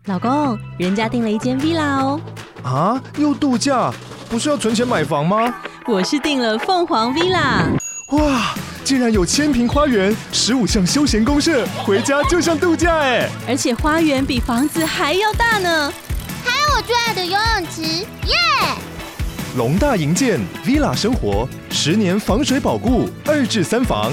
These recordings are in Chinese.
老公，人家订了一间 villa 哦。 啊，又度假？不是要存钱买房吗？ 我是订了凤凰 villa。 哇，竟然有1000坪花园，15项休闲公社，回家就像度假哎！ 而且花园比房子还要大呢。 还有我最爱的游泳池，耶！ 龙大营建 villa 生活，10年防水保固，2至3房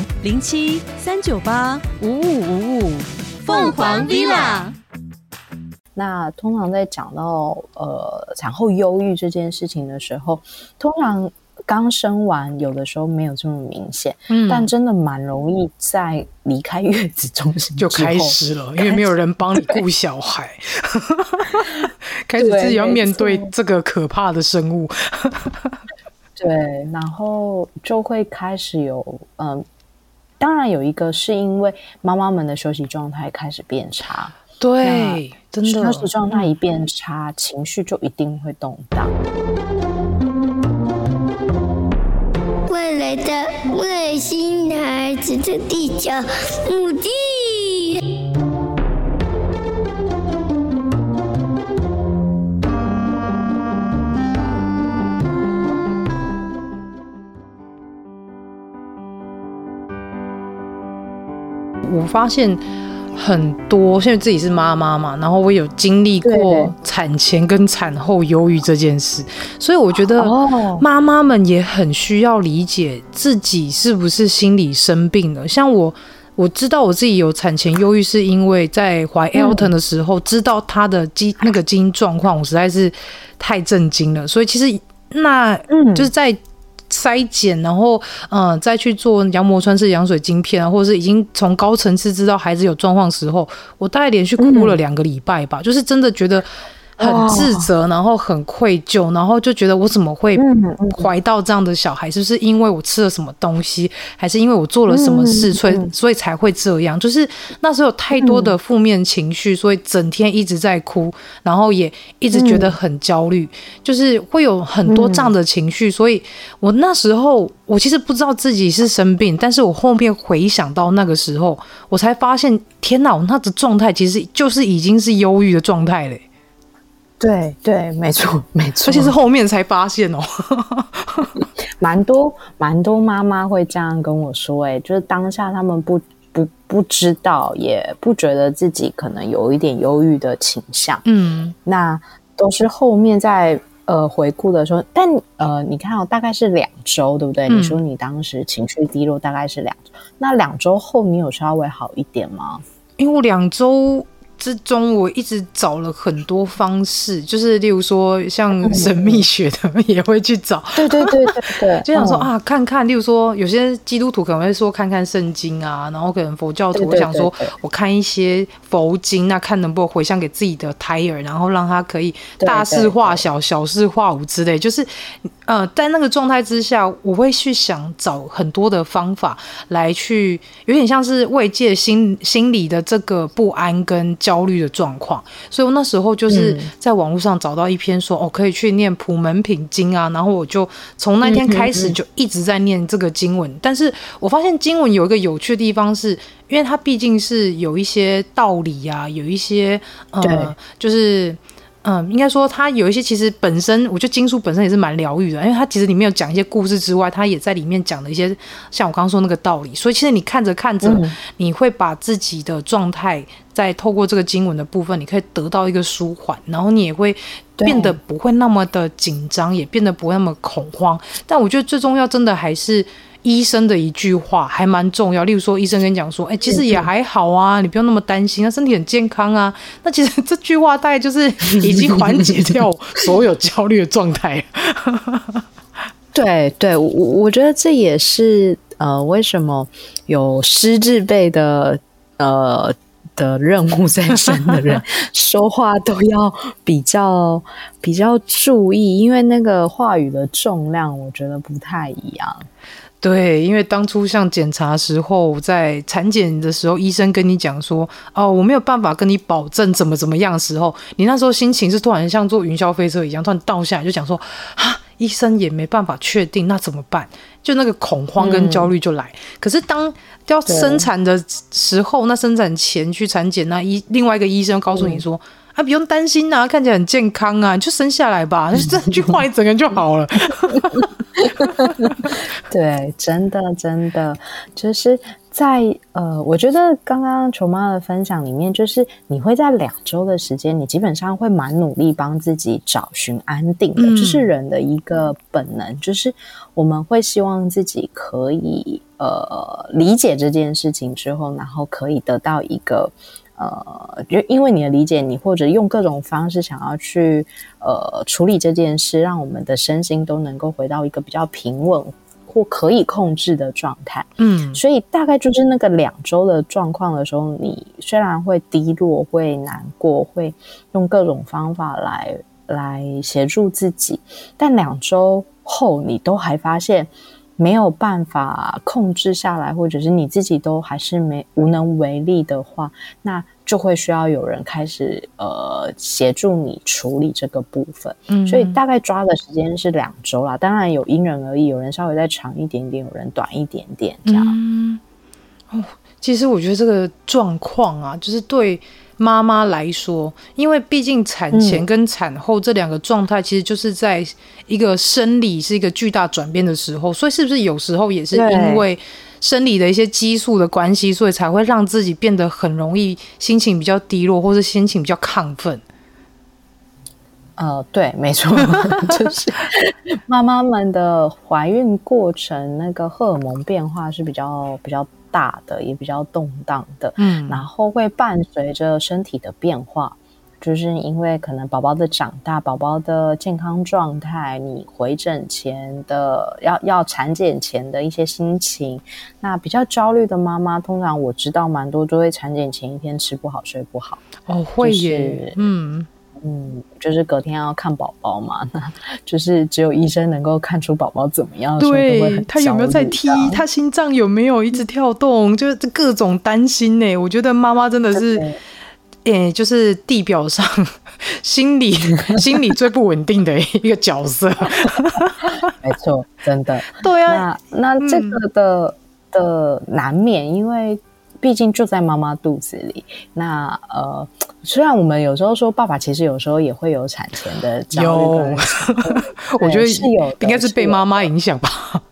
07-398-5555，凤凰 villa。 那通常在讲到产后忧郁这件事情的时候，通常刚生完有的时候没有这么明显，但真的蛮容易在离开月子中心就开始了，因为没有人帮你顾小孩开始自己要面对这个可怕的生物对，然后就会开始有当然有一个是因为妈妈们的休息状态开始变差， 对，真的休息状态一变差，情绪就一定会动荡。 未来的外星孩子的地球母地。 我发现很多，现在自己是妈妈嘛，然后我有经历过产前跟产后忧郁这件事，所以我觉得妈妈们也很需要理解自己是不是心理生病了。像我知道我自己有产前忧郁，是因为在怀 Elton 的时候，知道他的那个基因状况，我实在是太震惊了。所以其实就是在筛检，然后再去做羊膜穿刺羊水晶片啊，或者是已经从高层次知道孩子有状况的时候，我大概连续哭了2个礼拜吧，就是真的觉得很自责，然后很愧疚，然后就觉得我怎么会怀到这样的小孩？是不是因为我吃了什么东西，还是因为我做了什么事，所以才会这样？就是那时候有太多的负面情绪，所以整天一直在哭，然后也一直觉得很焦虑，就是会有很多这样的情绪。所以我那时候我其实不知道自己是生病，但是我后面回想到那个时候，我才发现，天哪，我那个状态其实就是已经是忧郁的状态了。 对对，没错没错， 而且是后面才发现哦。 蛮多妈妈会这样跟我说，就是当下他们不知道，也不觉得自己可能有一点忧郁的倾向，那都是后面在回顾的时候，但你看大概是2周，对不对？你说你当时情绪低落大概是2周，那2周后你有稍微好一点吗？ 因为我2周之中，我一直找了很多方式，就是例如说像神秘学的也会去找， 对， 就想说看看，例如说有些基督徒可能会说看看圣经啊，然后可能佛教徒想说我看一些佛经，那看能不能回向给自己的胎儿，然后让他可以大事化小，小事化无之类，就是在那个状态之下，我会去想找很多的方法来去，有点像是慰藉心理的这个不安跟焦虑的状况，所以我那时候就是在网络上找到一篇说可以去念普门品经啊，然后我就从那天开始就一直在念这个经文，但是我发现经文有一个有趣的地方是，因为它毕竟是有一些道理啊，有一些就是应该说它有一些其实本身我觉得经书本身也是蛮疗愈的，因为它其实里面有讲一些故事之外，它也在里面讲了一些像我刚刚说那个道理，所以其实你看着看着你会把自己的状态在透过这个经文的部分你可以得到一个舒缓，然后你也会变得不会那么的紧张，也变得不会那么恐慌。但我觉得最重要真的还是医生的一句话还蛮重要，例如说医生跟你讲说其实也还好啊，你不用那么担心，他身体很健康啊，那其实这句话大概就是已经缓解掉所有焦虑的状态对，我觉得这也是为什么有师字辈的任务在身的人说话都要比较注意，因为那个话语的重量我觉得不太一样。 对，因为当初像检查时候，在产检的时候，医生跟你讲说，我没有办法跟你保证怎么样的时候，你那时候心情是突然像坐云霄飞车一样，突然倒下来就讲说，医生也没办法确定，那怎么办？就那个恐慌跟焦虑就来。可是当要生产的时候，那生产前去产检，那另外一个医生告诉你说， 啊，不用担心啊，看起来很健康啊，你就生下来吧，这句话一整个就好了。 对，真的就是在我觉得刚刚球妈的分享里面，就是你会在2周的时间，你基本上会蛮努力帮自己找寻安定的，这是人的一个本能，就是我们会希望自己可以理解这件事情之后，然后可以得到一个就因为你的理解，你或者用各种方式想要去处理这件事，让我们的身心都能够回到一个比较平稳或可以控制的状态。所以大概就是那个2周的状况的时候，你虽然会低落，会难过，会用各种方法来协助自己，但2周后你都还发现没有办法控制下来，或者是你自己都还是无能为力的话，那就会需要有人开始协助你处理这个部分。所以大概抓的时间是2周啦，当然有因人而异，有人稍微再长一点点，有人短一点点这样。 其实我觉得这个状况啊，就是对妈妈来说，因为毕竟产前跟产后这2个状态其实就是在一个生理是一个巨大转变的时候，所以是不是有时候也是因为生理的一些激素的关系，所以才会让自己变得很容易心情比较低落，或是心情比较亢奋？ 对，没错，就是妈妈们的怀孕过程那个荷尔蒙变化是比较大的，也比较动荡的，然后会伴随着身体的变化，就是因为可能宝宝的长大，宝宝的健康状态，你回诊前的要产检前的一些心情，那比较焦虑的妈妈，通常我知道蛮多都会产检前一天吃不好睡不好。 会耶， 就是隔天要看宝宝嘛，那就是只有医生能够看出宝宝怎么样的时候，都会很焦虑， 他有没有在踢，他心脏有没有一直跳动，就是各种担心呢。我觉得妈妈真的是就是地表上心理最不稳定的一个角色。 没错，真的。 对啊， 那这个的难免，因为毕竟就在妈妈肚子里。那虽然我们有时候说爸爸其实有时候也会有产前的焦虑， 我觉得是有， 应该是被妈妈影响吧。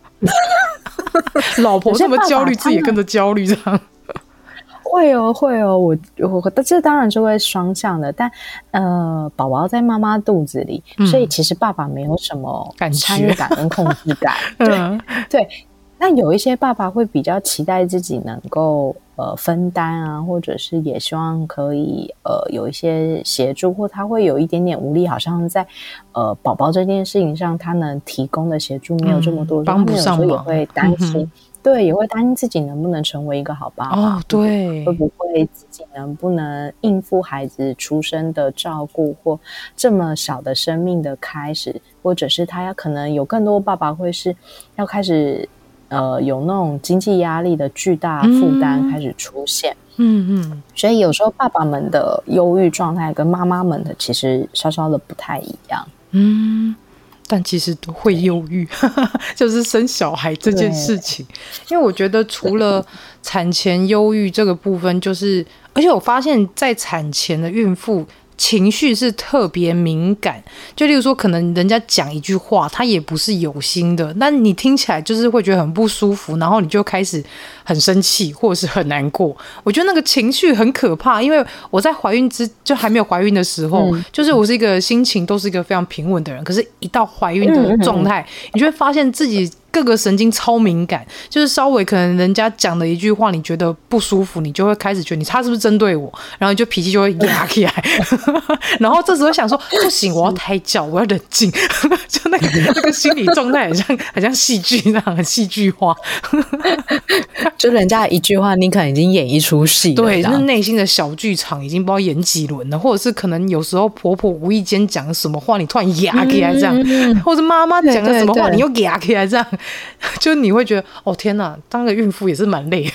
老婆这么焦虑，自己也跟着焦虑，这样。 会哦，我这当然就会双向的，但宝宝在妈妈肚子里，所以其实爸爸没有什么参与感跟控制感。对。那有一些爸爸会比较期待自己能够分担啊，或者是也希望可以有一些协助，或他会有一点点无力，好像在宝宝这件事情上他能提供的协助没有这么多， 帮不上忙， 也会担心。对，也会担心自己能不能成为一个好爸爸。 对， 会不会自己能不能应付孩子出生的照顾，或这么小的生命的开始，或者是他可能有更多爸爸会是要开始有那种经济压力的巨大负担开始出现。所以有时候爸爸们的忧郁状态跟妈妈们的其实稍稍的不太一样。 但其实都会忧郁，就是生小孩这件事情。因为我觉得除了产前忧郁这个部分，就是而且我发现在产前的孕妇情绪是特别敏感，就例如说可能人家讲一句话他也不是有心的，但你听起来就是会觉得很不舒服，然后你就开始很生气或者是很难过。我觉得那个情绪很可怕，因为我在怀孕就还没有怀孕的时候，就是我是一个心情都是一个非常平稳的人，可是一到怀孕的状态，你就会发现自己各个神经超敏感，就是稍微可能人家讲的一句话你觉得不舒服，你就会开始觉得他是不是针对我，然后你就脾气就会压起来。然后这时候想说不行，我要胎教，我要冷静。就那个心理状态很像戏剧那样，很戏剧化。 就人家一句话你可能已经演一出戏了， 对，就是内心的小剧场已经不知道演几轮了，或者是可能有时候婆婆无意间讲什么话你突然压起来这样，或者妈妈讲了什么话你又压起来这样，就你会觉得哦天哪，当个孕妇也是蛮累的。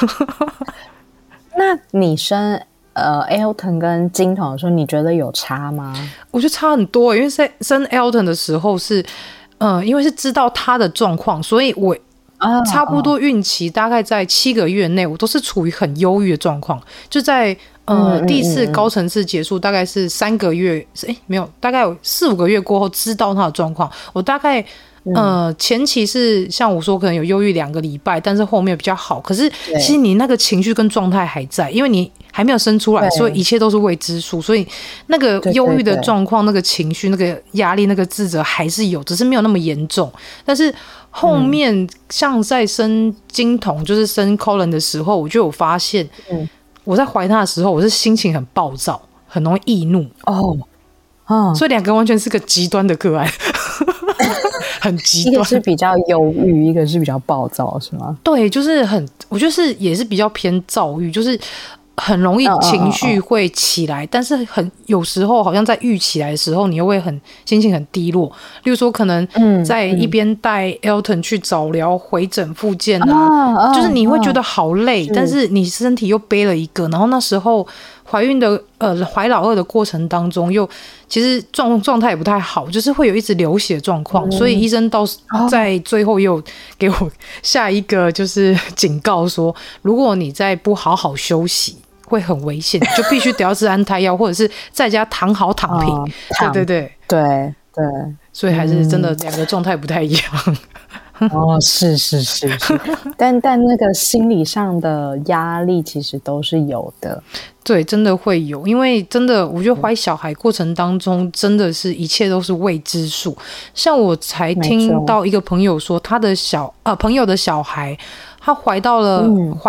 那你生Elton 跟金童的时候，你觉得有差吗？ 我觉得差很多，因为生 Elton 的时候是因为是知道他的状况，所以我差不多孕期大概在7个月内，我都是处于很忧郁的状况，就在第一次高层次结束大概是3个月，没有，大概有4-5个月过后知道他的状况。我大概前期是像我说可能有忧郁2个礼拜，但是后面比较好。可是其实你那个情绪跟状态还在，因为你还没有生出来，所以一切都是未知数，所以那个忧郁的状况、那个情绪、那个压力、那个自责还是有，只是没有那么严重。但是后面像在生金童，就是生 Colin 的时候，我就有发现，我在怀他的时候，我是心情很暴躁，很容易易怒所以2个完全是个极端的个案。很极端， 一个是比较忧郁，一个是比较暴躁，是吗？ 对，就是我觉得也是比较偏躁郁，就是很容易情绪会起来，但是有时候好像在郁起来的时候，你又会心情很低落。例如说，可能在一边带 Elton 去早疗、回诊、复健就是你会觉得好累，但是你身体又背了一个，然后那时候怀孕的怀老二的过程当中，又其实状态也不太好，就是会有一直流血状况，所以医生在最后又给我下一个就是警告说，如果你再不好好休息，会很危险，就必须得要吃安胎药，或者是在家躺好躺平。 对， 所以还是真的2个状态不太一样。 是，但那个心理上的压力其实都是有的。 对，真的会有，因为真的，我觉得怀小孩过程当中，真的是一切都是未知数。像我才听到一个朋友说，他的朋友的小孩，他怀了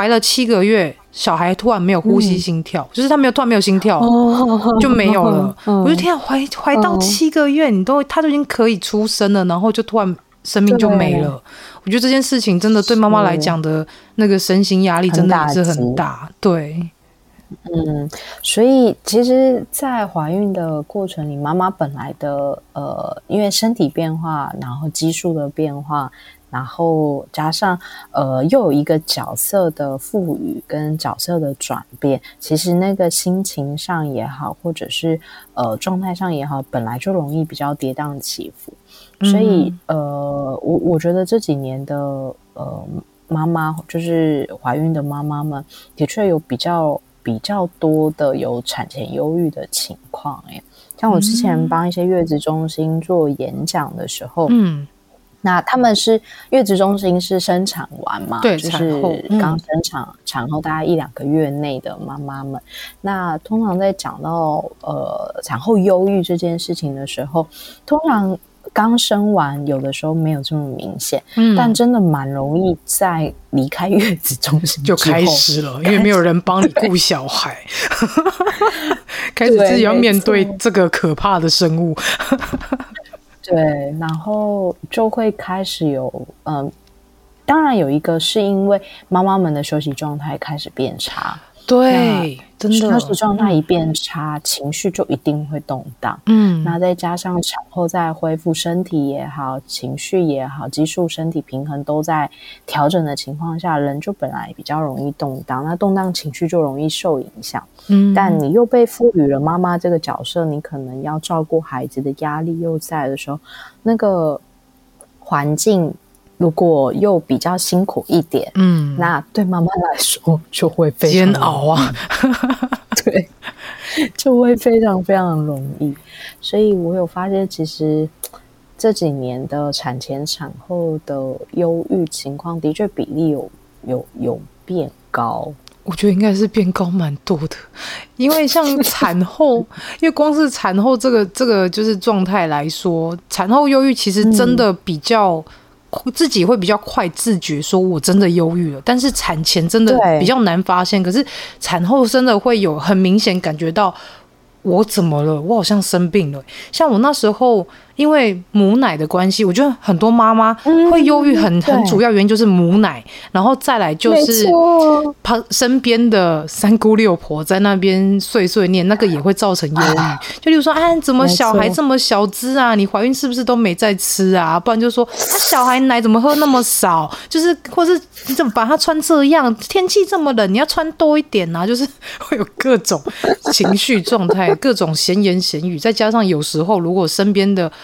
7个月，小孩突然没有呼吸心跳，就是他突然没有心跳，就没有了。我就天啊，怀到7个月，他就已经可以出生了，然后就突然生命就没了。我觉得这件事情真的对妈妈来讲的那个身心压力真的也是很大。对。 所以其实在怀孕的过程里，妈妈本来的因为身体变化，然后激素的变化，然后加上又有一个角色的赋予跟角色的转变，其实那个心情上也好，或者是状态上也好，本来就容易比较跌宕起伏。所以我觉得这几年的妈妈，就是怀孕的妈妈们，的确有比较多的有产前忧郁的情况。像我之前帮一些月子中心做演讲的时候，那他们是月子中心是生产完嘛， 对， 就是刚生产后大概1-2个月内的妈妈们。那通常在讲到产后忧郁这件事情的时候，通常刚生完有的时候没有这么明显，但真的蛮容易在离开月子中心就开始了，因为没有人帮你顾小孩，开始自己要面对这个可怕的生物。 对，然后就会开始有当然有一个是因为妈妈们的休息状态开始变差。 对，真的休息状态一变差，情绪就一定会动荡。那再加上产后再恢复，身体也好，情绪也好，激素身体平衡都在调整的情况下，人就本来比较容易动荡，那动荡情绪就容易受影响。但你又被赋予了妈妈这个角色，你可能要照顾孩子的压力又在的时候，那个环境如果又比较辛苦一点，那对妈妈来说就会非常煎熬啊。 对，就会非常非常容易。所以我有发现，其实这几年的产前产后的忧郁情况的确比例有变高。 我觉得应该是变高蛮多的，因为像产后，因为光是产后这个就是状态来说，产后忧郁其实真的比较自己会比较快自觉说我真的忧郁了，但是产前真的比较难发现，可是产后真的会有很明显感觉到我怎么了，我好像生病了。像我那时候因为母奶的关系，我觉得很多妈妈会忧郁很主要原因就是母奶，然后再来就是身边的三姑六婆在那边碎碎念，那个也会造成忧郁。就例如说怎么小孩这么小只啊，你怀孕是不是都没在吃啊，不然就说小孩奶怎么喝那么少，就是或是你怎么把它穿这样，天气这么冷你要穿多一点啊，就是会有各种情绪状态，各种闲言闲语，再加上有时候如果身边的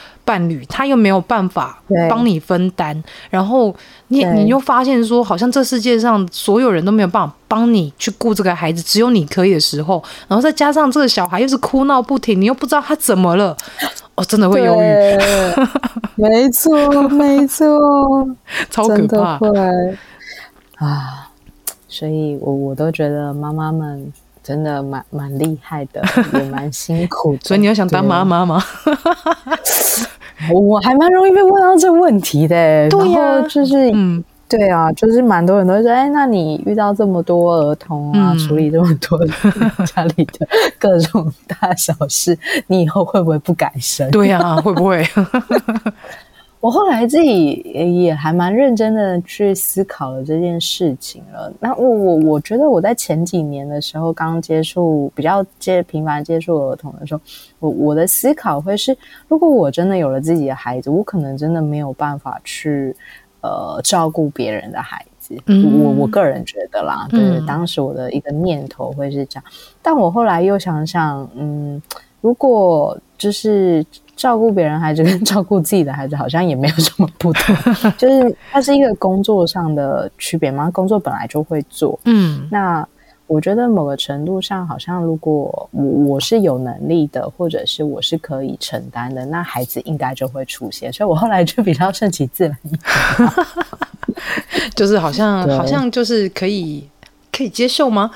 伴侣，他又没有办法帮你分担，然后你又发现说，好像这世界上所有人都没有办法帮你去顾这个孩子，只有你可以的时候，然后再加上这个小孩又是哭闹不停，你又不知道他怎么了，真的会忧郁。 没错，没错， 超可怕， 真的会啊！所以我都觉得妈妈们真的蛮厉害的，也蛮辛苦的。 所以你有想当妈妈吗？ 我还蛮容易被问到这个问题的。 对呀， 然后就是对啊，就是蛮多人都会说，那你遇到这么多儿童啊，处理这么多家里的各种大小事，你以后会不会不敢生？ 对啊，会不会？ 我后来自己也还蛮认真的去思考了这件事情了。那我觉得我在前几年的时候，刚接触比较频繁接触儿童的时候，我的思考会是，如果我真的有了自己的孩子，我可能真的没有办法去照顾别人的孩子。我个人觉得啦，对，当时我的一个念头会是这样。但我后来又想想，如果就是照顾别人孩子跟照顾自己的孩子好像也没有什么不同，就是它是一个工作上的区别嘛，工作本来就会做，那我觉得某个程度上好像如果我是有能力的，或者是我是可以承担的，那孩子应该就会出现，所以我后来就比较顺其自然一点就是好像就是可以接受吗？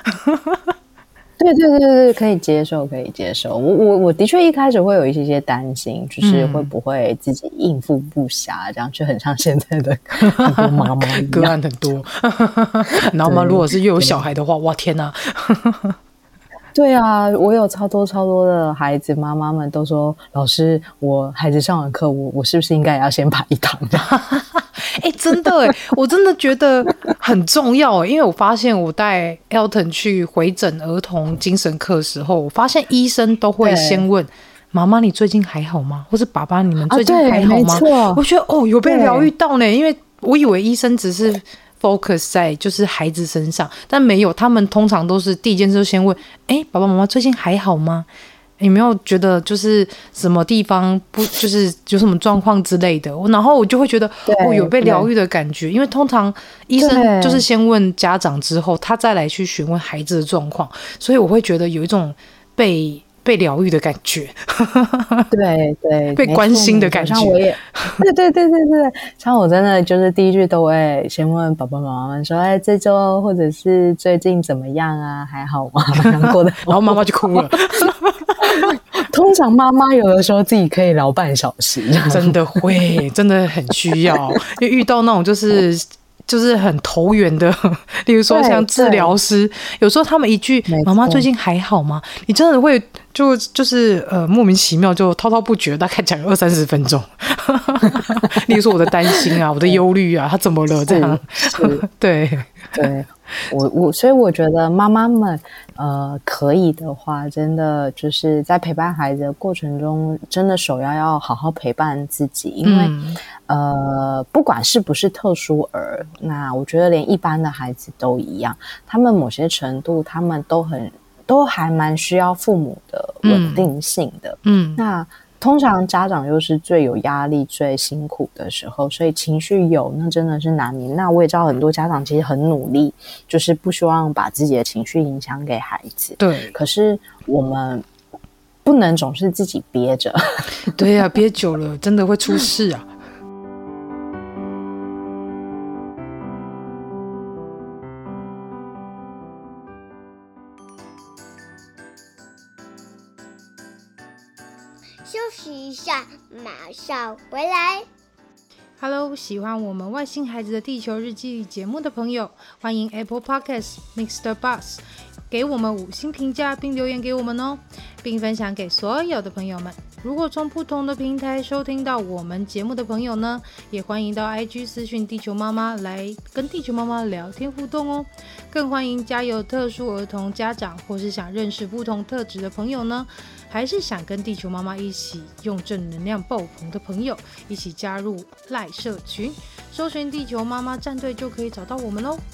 对，可以接受，可以接受。我的确一开始会有一些担心，就是会不会自己应付不暇，这样就很像现在的很多妈妈一样， 个案很多。然后嘛，如果是又有小孩的话，哇天哪！ 对啊，我有超多的孩子，妈妈们都说，老师，我孩子上完课，我是不是应该也要先排一堂？ 真的我真的觉得很重要因为我发现我带 Elton 去回诊儿童精神科的时候，我发现医生都会先问妈妈你最近还好吗？或是爸爸你们最近还好吗？我觉得有被疗愈到呢，因为我以为医生只是 focus 在就是孩子身上，但没有，他们通常都是第一件事就先问爸爸妈妈最近还好吗？有没有觉得就是什么地方不就是有什么状况之类的，然后我就会觉得有被疗愈的感觉，因为通常医生就是先问家长之后他再来去询问孩子的状况，所以我会觉得有一种被疗愈的感觉。 对， 被关心的感觉。 像我也对，像我真的就是第一句都会先问爸爸妈妈说这周或者是最近怎么样啊，还好吗？过得然后妈妈就哭了。 通常妈妈有的时候自己可以聊半小时， 真的会，真的很需要，因为遇到那种就是很投缘的，例如说像治疗师，有时候他们一句妈妈最近还好吗，你真的会就是莫名其妙就滔滔不绝，大概讲20-30分钟。例如说我的担心啊，我的忧虑啊，他怎么了这样。对所以我觉得妈妈们可以的话，真的就是在陪伴孩子的过程中，真的首要好好陪伴自己，因为不管是不是特殊儿，那我觉得连一般的孩子都一样，他们某些程度他们都还蛮需要父母的稳定性的。那通常家长又是最有压力最辛苦的时候，所以情绪有那真的是难免。那我也知道很多家长其实很努力，就是不希望把自己的情绪影响给孩子， 对， 可是我们不能总是自己憋着。 对啊，憋久了真的会出事啊。 休息一下，马上回来。 Hello， 喜欢我们外星孩子的地球日记节目的朋友，欢迎 Apple Podcast、Mr. Bus 给我们5星评价并留言给我们哦，并分享给所有的朋友们。如果从不同的平台收听到我们节目的朋友呢，也欢迎到 IG 私讯地球妈妈来跟地球妈妈聊天互动哦。更欢迎家有特殊儿童家长或是想认识不同特质的朋友呢，还是想跟地球妈妈一起用正能量爆棚的朋友，一起加入赖社群，搜寻地球妈妈战队就可以找到我们咯。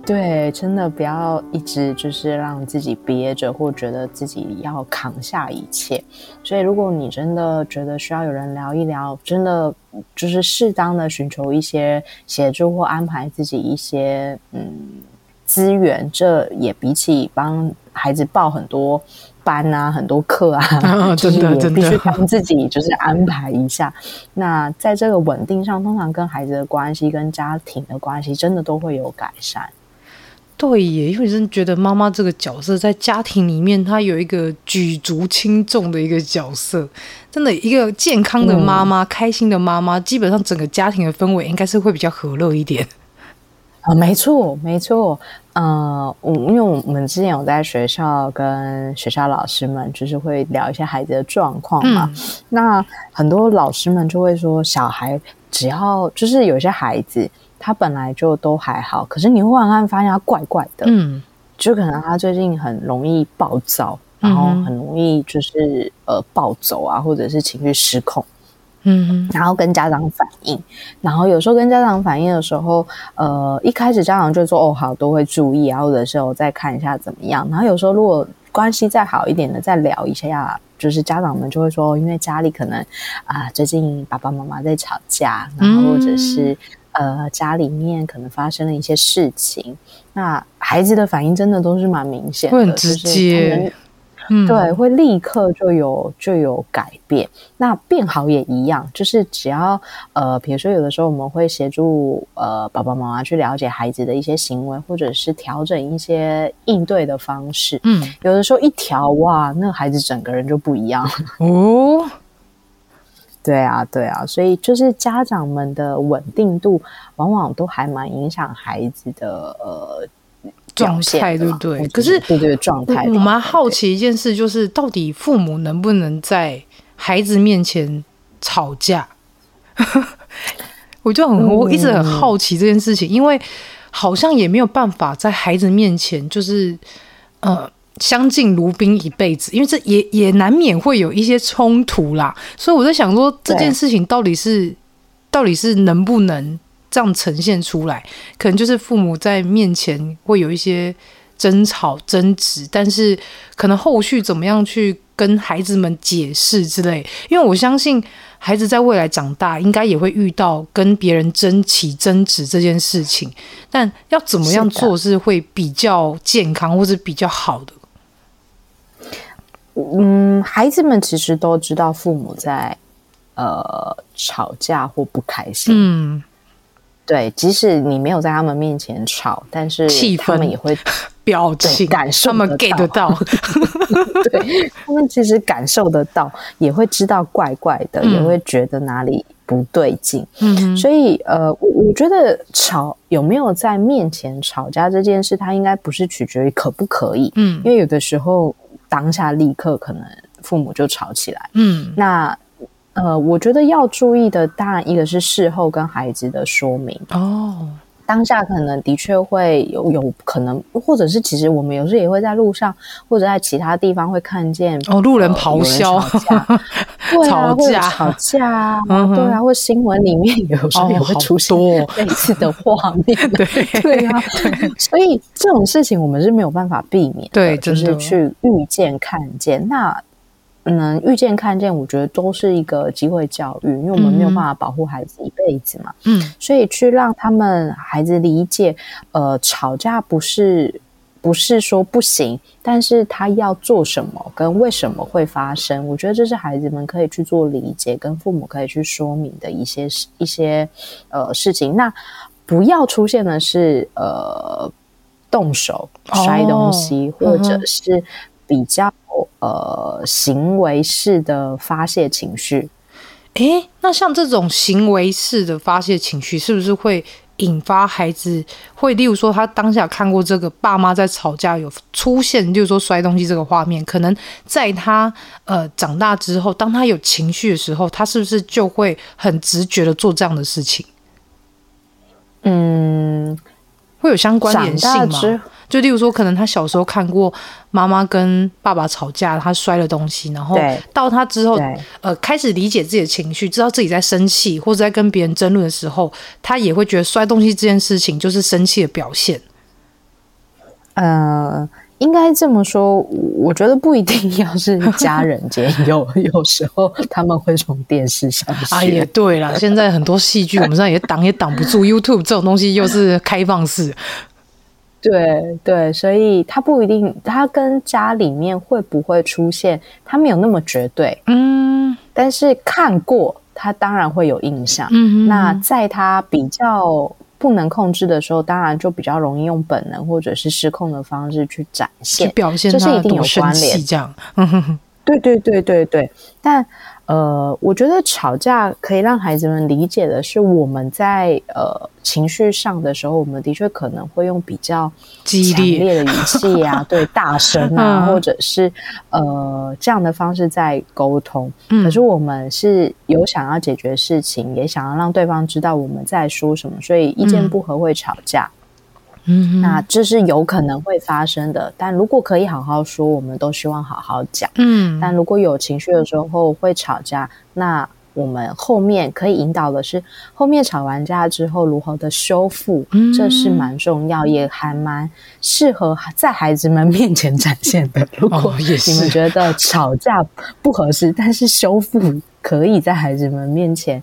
对，真的不要一直就是让自己憋着，或觉得自己要扛下一切。所以如果你真的觉得需要有人聊一聊，真的就是适当的寻求一些协助或安排自己一些资源，这也比起帮孩子报很多班啊很多课啊，就是也必须帮自己就是安排一下。那在这个稳定上，通常跟孩子的关系跟家庭的关系真的都会有改善。 对耶，因为真的觉得妈妈这个角色在家庭里面，她有一个举足轻重的一个角色。真的，一个健康的妈妈、开心的妈妈，基本上整个家庭的氛围应该是会比较和乐一点。 没错没错。因为我们之前有在学校跟学校老师们就是会聊一些孩子的状况嘛，那很多老师们就会说，小孩只要就是有些孩子他本来就都还好，可是你会忽然发现他怪怪的，就可能他最近很容易暴躁，然后很容易就是暴走啊，或者是情绪失控，然后跟家长反映，然后有时候跟家长反映的时候，一开始家长就说哦好，都会注意啊，或者是我再看一下怎么样，然后有时候如果关系再好一点的再聊一下，就是家长们就会说，因为家里可能最近爸爸妈妈在吵架，然后或者是家里面可能发生了一些事情，那孩子的反应真的都是蛮明显的， 会很直接， 对，会立刻就有改变。那变好也一样，就是只要比如说有的时候我们会协助爸爸妈妈去了解孩子的一些行为，或者是调整一些应对的方式。有的时候一调，哇，那个孩子整个人就不一样哦。对啊，所以就是家长们的稳定度，往往都还蛮影响孩子的状态，对不对？可是对状态， 我蛮好奇一件事，就是到底父母能不能在孩子面前吵架？我一直很好奇这件事情，因为好像也没有办法在孩子面前就是相敬如宾一辈子，因为这也难免会有一些冲突啦。所以我在想说，这件事情到底是能不能这样呈现出来？可能就是父母在面前会有一些争吵争执，但是可能后续怎么样去跟孩子们解释之类，因为我相信孩子在未来长大应该也会遇到跟别人争执这件事情，但要怎么样做是会比较健康或是比较好的？ 孩子们其实都知道父母在吵架或不开心，对，即使你没有在他们面前吵，但是他们也会表情感受他们 get 得到对，他们其实感受得到，也会知道怪怪的，也会觉得哪里不对劲。所以我觉得有没有在面前吵架这件事，它应该不是取决于可不可以，因为有的时候当下立刻可能父母就吵起来，那我觉得要注意的，当然一个是事后跟孩子的说明当下可能的确会有可能，或者是其实我们有时候也会在路上或者在其他地方会看见路人咆哮对啊，或者吵架啊，对啊，或新闻里面有时候也会出现类似的画面对啊，所以这种事情我们是没有办法避免的， 对， 就是去预见看见。那预见看见我觉得都是一个机会教育，因为我们没有办法保护孩子一辈子嘛，所以去让孩子理解吵架不是说不行，但是他要做什么跟为什么会发生，我觉得这是孩子们可以去做理解，跟父母可以去说明的一些事情。那不要出现的是动手摔东西，或者是比较行为式的发泄情绪。 那像这种行为式的发泄情绪，是不是会引发孩子会，例如说他当下看过这个爸妈在吵架有出现，例如说摔东西这个画面，可能在他长大之后，当他有情绪的时候，他是不是就会很直觉的做这样的事情？会有相关联性吗？就例如说，可能他小时候看过妈妈跟爸爸吵架，他摔了东西，然后到他之后开始理解自己的情绪，知道自己在生气或者在跟别人争论的时候，他也会觉得摔东西这件事情就是生气的表现。 应该这么说，我觉得不一定要是家人间，有时候他们会从电视上学。 啊，也对啦，现在很多戏剧我们现在也挡不住，YouTube 这种东西又是开放式。 对对，所以他不一定，他跟家里面会不会出现，他没有那么绝对。但是看过，他当然会有印象。那在他比较不能控制的时候，当然就比较容易用本能或者是失控的方式去展现， 去表现他多生气这样。 对对对对对，但我觉得吵架可以让孩子们理解的是，我们在情绪上的时候，我们的确可能会用比较强烈的语气啊，对，大声啊，或者是这样的方式在沟通。可是我们是有想要解决事情，也想要让对方知道我们在说什么，所以意见不合会吵架。那这是有可能会发生的，但如果可以好好说，我们都希望好好讲。但如果有情绪的时候会吵架，那我们后面可以引导的是，后面吵完架之后如何的修复，这是蛮重要，也还蛮适合在孩子们面前展现的。如果你们觉得吵架不合适，但是修复可以在孩子们面前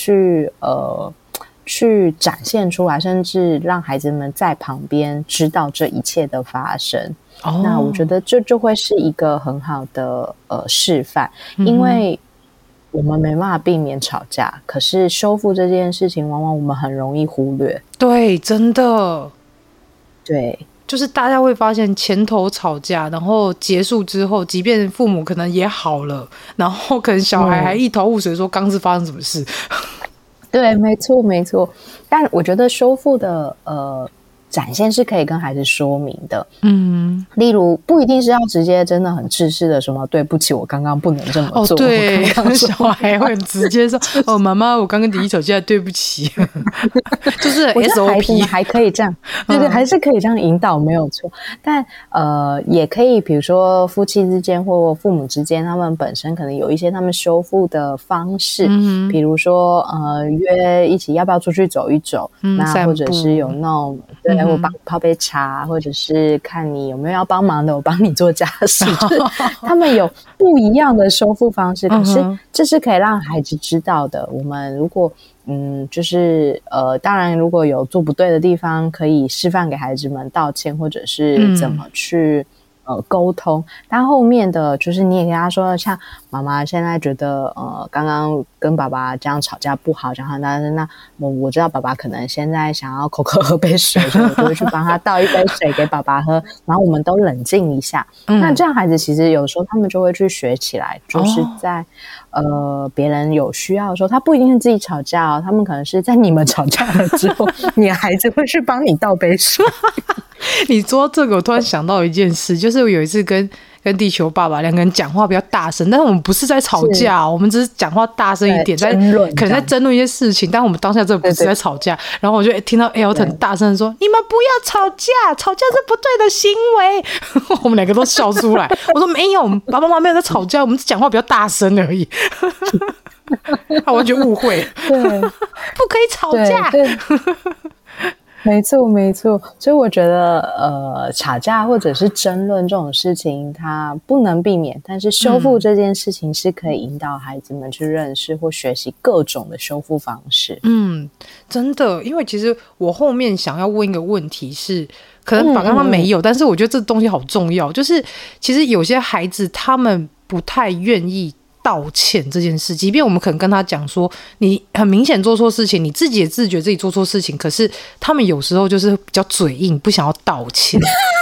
去展现出来，甚至让孩子们在旁边知道这一切的发生。那我觉得这就会是一个很好的示范，因为我们没办法避免吵架，可是修复这件事情往往我们很容易忽略。 对，真的， 对， 就是大家会发现前头吵架，然后结束之后，即便父母可能也好了，然后可能小孩还一头雾水说刚是发生什么事。 对，没错没错，但我觉得修复的展现是可以跟孩子说明的。例如不一定是要直接真的很制式的什么对不起我刚刚不能这么做。 对，小孩会很直接说妈妈我刚跟弟弟吵架对不起。就是 SOP 还可以这样，对对，还是可以这样引导没有错。但也可以比如说夫妻之间或父母之间，他们本身可能有一些他们修复的方式。比如说约一起要不要出去走一走，那或者是有那种对，我帮你泡杯茶，或者是看你有没有要帮忙的，我帮你做家事。就是他们有不一样的修复方式，可是这是可以让孩子知道的。我们如果就是当然如果有做不对的地方，可以示范给孩子们道歉，或者是怎么去沟通。但后面的就是你也跟他说，像妈妈现在觉得刚刚跟爸爸这样吵架不好，讲很大声，那我知道爸爸可能现在想要口渴喝杯水，所以我就会去帮他倒一杯水给爸爸喝，然后我们都冷静一下。那这样孩子其实有时候他们就会去学起来，就是在别人有需要的时候，他不一定是自己吵架哦，他们可能是在你们吵架了之后，你的孩子会去帮你倒杯水。 你说这个我突然想到一件事，就是我有一次跟地球爸爸两个人讲话比较大声，但是我们不是在吵架，我们只是讲话大声一点，可能在争论一些事情，但我们当下真的不是在吵架。然后我就听到 Elton 大声说：“你们不要吵架，吵架是不对的行为。”我们两个都笑出来。我说：“没有，爸爸妈妈没有在吵架，我们只讲话比较大声而已。”他完全误会， 对， 不可以吵架。 对没错没错，所以我觉得吵架或者是争论这种事情它不能避免，但是修复这件事情是可以引导孩子们去认识或学习各种的修复方式。 真的，因为其实我后面想要问一个问题是，可能爸妈没有，但是我觉得这东西好重要，就是其实有些孩子他们不太愿意道歉这件事，即便我们可能跟他讲说你很明显做错事情，你自己也自觉自己做错事情，可是他们有时候就是比较嘴硬，不想要道歉。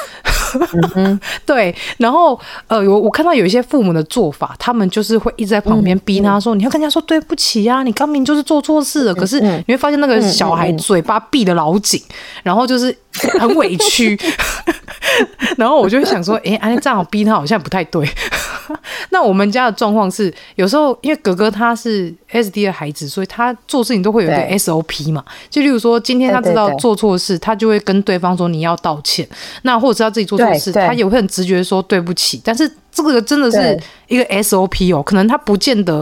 对，然后我看到有一些父母的做法，他们就是会一直在旁边逼他说，你要跟人家说对不起啊，你刚明就是做错事了，可是你会发现那个小孩嘴巴闭得老紧，然后就是很委屈。然后我就会想说，这样逼他好像不太对。那我们家的状况是，有时候因为哥哥他是 SD 的孩子，所以他做事情都会有一个 SOP 嘛。就例如说，今天他知道做错事，他就会跟对方说你要道歉。那或者是他自己做错事，他也会很直觉说对不起。但是这个真的是一个 SOP 哦，可能他不见得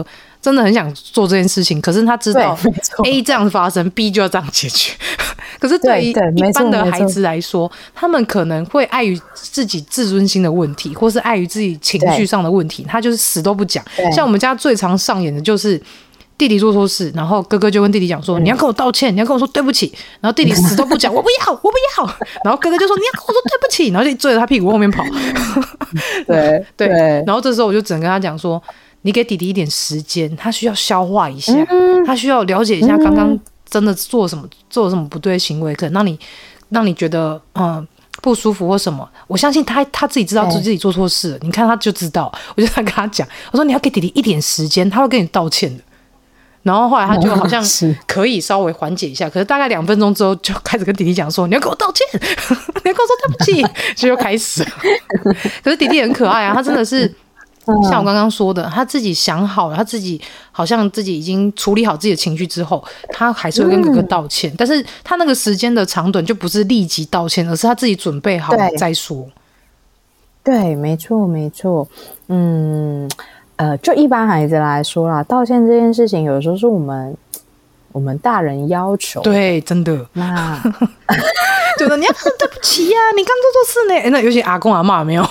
真的很想做这件事情，可是他知道对没错 A 这样发生 ，B 就要这样解决。可是对于一般的孩子来说，他们可能会碍于自己自尊心的问题，或是碍于自己情绪上的问题，他就是死都不讲。像我们家最常上演的就是弟弟做错事，然后哥哥就跟弟弟讲说：“你要跟我道歉，你要跟我说对不起。”然后弟弟死都不讲：“我不要，我不要。”然后哥哥就说：“你要跟我说对不起。”然后就追着他屁股后面跑。对，然后这时候我就只能跟他讲说：“你给弟弟一点时间，他需要消化一下，他需要了解一下刚刚真的做了什么不对的行为，可能让你觉得不舒服或什么。我相信他自己知道自己做错事了，你看他就知道。我就在跟他讲，我说你要给弟弟一点时间，他会跟你道歉的。”然后后来他就好像可以稍微缓解一下，可是大概2分钟之后就开始跟弟弟讲说：“你要跟我道歉，你要跟我说对不起。”就又开始了。可是弟弟很可爱啊，他真的是像我刚刚说的，他自己想好了，他自己好像自己已经处理好自己的情绪之后，他还是会跟哥哥道歉，但是他那个时间的长短就不是立即道歉，而是他自己准备好了再说。 对，没错，没错，就一般孩子来说啦，道歉这件事情有时候是我们大人要求， 对，真的， 那觉得你要说对不起呀，你刚做错事呢。那尤其阿公阿嬷没有，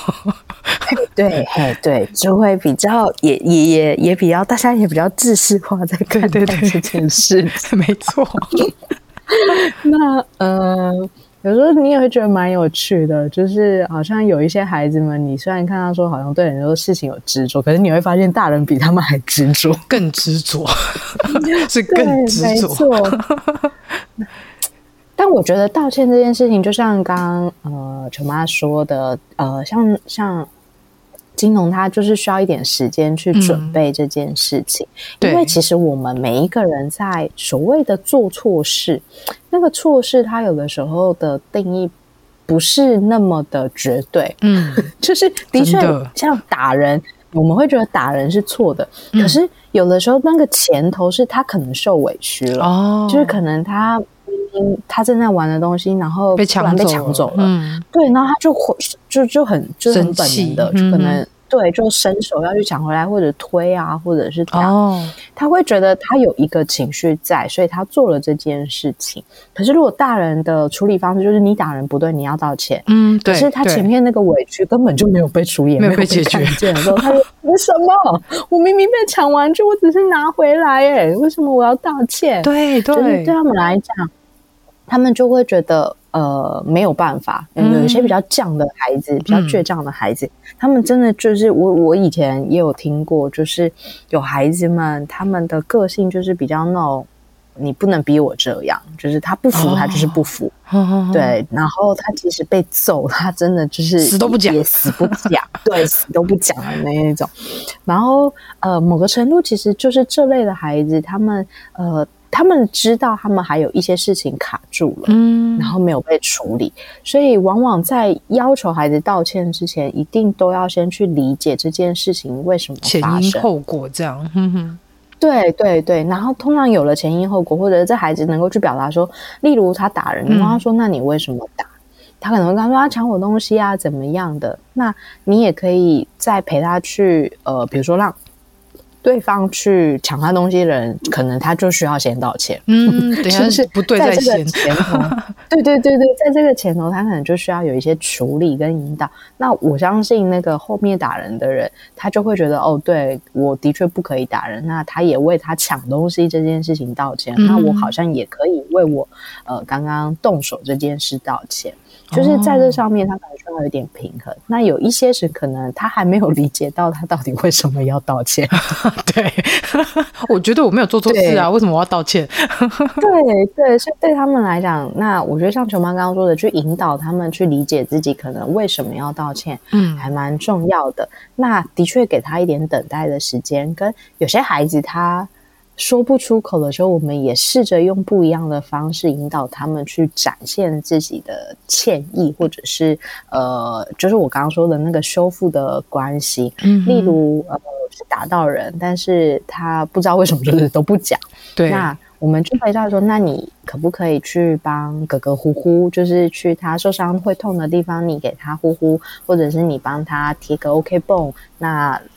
对，就会比较也比较大家也比较制式化在看待这件事， 没错。 那有时候你也会觉得蛮有趣的，就是好像有一些孩子们，你虽然看到说好像对很多事情有执着，可是你会发现大人比他们还执着， 更执着，是更执着。 没错。但我觉得道歉这件事情，就像刚刚球妈说的，像金融它就是需要一点时间去准备这件事情，因为其实我们每一个人在所谓的做错事，那个错事它有的时候的定义不是那么的绝对，就是的确像打人，我们会觉得打人是错的，可是有的时候那个前头是他可能受委屈了，就是可能他正在玩的东西，然后被突然被抢走了，对，然后他就很本能的，就可能对，就伸手要去抢回来，或者推啊，或者是打，他会觉得他有一个情绪在，所以他做了这件事情。可是如果大人的处理方式就是你打人不对，你要道歉，可是他前面那个委屈根本就没有被处理，没有被解决的时候，他就为什么我明明被抢玩具，我只是拿回来，为什么我要道歉？对，就是对他们来讲，他们就会觉得没有办法，有一些比较犟的孩子，比较倔强的孩子，他们真的就是我以前也有听过，就是有孩子们他们的个性就是比较那种你不能逼我这样，就是他不服他就是不服，对，然后他即使被揍，他真的就是死都不讲， 也死不讲，对，死都不讲的那一种。然后某个程度其实就是这类的孩子，他们知道他们还有一些事情卡住了，然后没有被处理，所以往往在要求孩子道歉之前，一定都要先去理解这件事情为什么发生， 前因后果这样。 对，然后通常有了前因后果，或者这孩子能够去表达说，例如他打人，你问他说那你为什么打？他可能会跟他说他抢我东西啊怎么样的，那你也可以再陪他去比如说让对方去抢他东西的人，可能他就需要先道歉。 等一下是不对在先。 对，在这个前头，他可能就需要有一些处理跟引导。那我相信那个后面打人的人，他就会觉得对，我的确不可以打人。那他也为他抢东西这件事情道歉。那我好像也可以为我刚刚动手这件事道歉。就是在这上面他可能需要有点平衡，那有一些是可能他还没有理解到他到底为什么要道歉。 对，我觉得我没有做错事啊，为什么我要道歉？ 对，所以对他们来讲，那我觉得像球妈刚刚说的，去引导他们去理解自己可能为什么要道歉，还蛮重要的。那的确给他一点等待的时间，跟有些孩子他说不出口的时候，我们也试着用不一样的方式引导他们去展现自己的歉意，或者是就是我刚刚说的那个修复的关系。例如是打到人，但是他不知道为什么就是都不讲。对，那我们就回到说，那你可不可以去帮哥哥呼呼，就是去他受伤会痛的地方，你给他呼呼，或者是你帮他贴个 OK 绷，那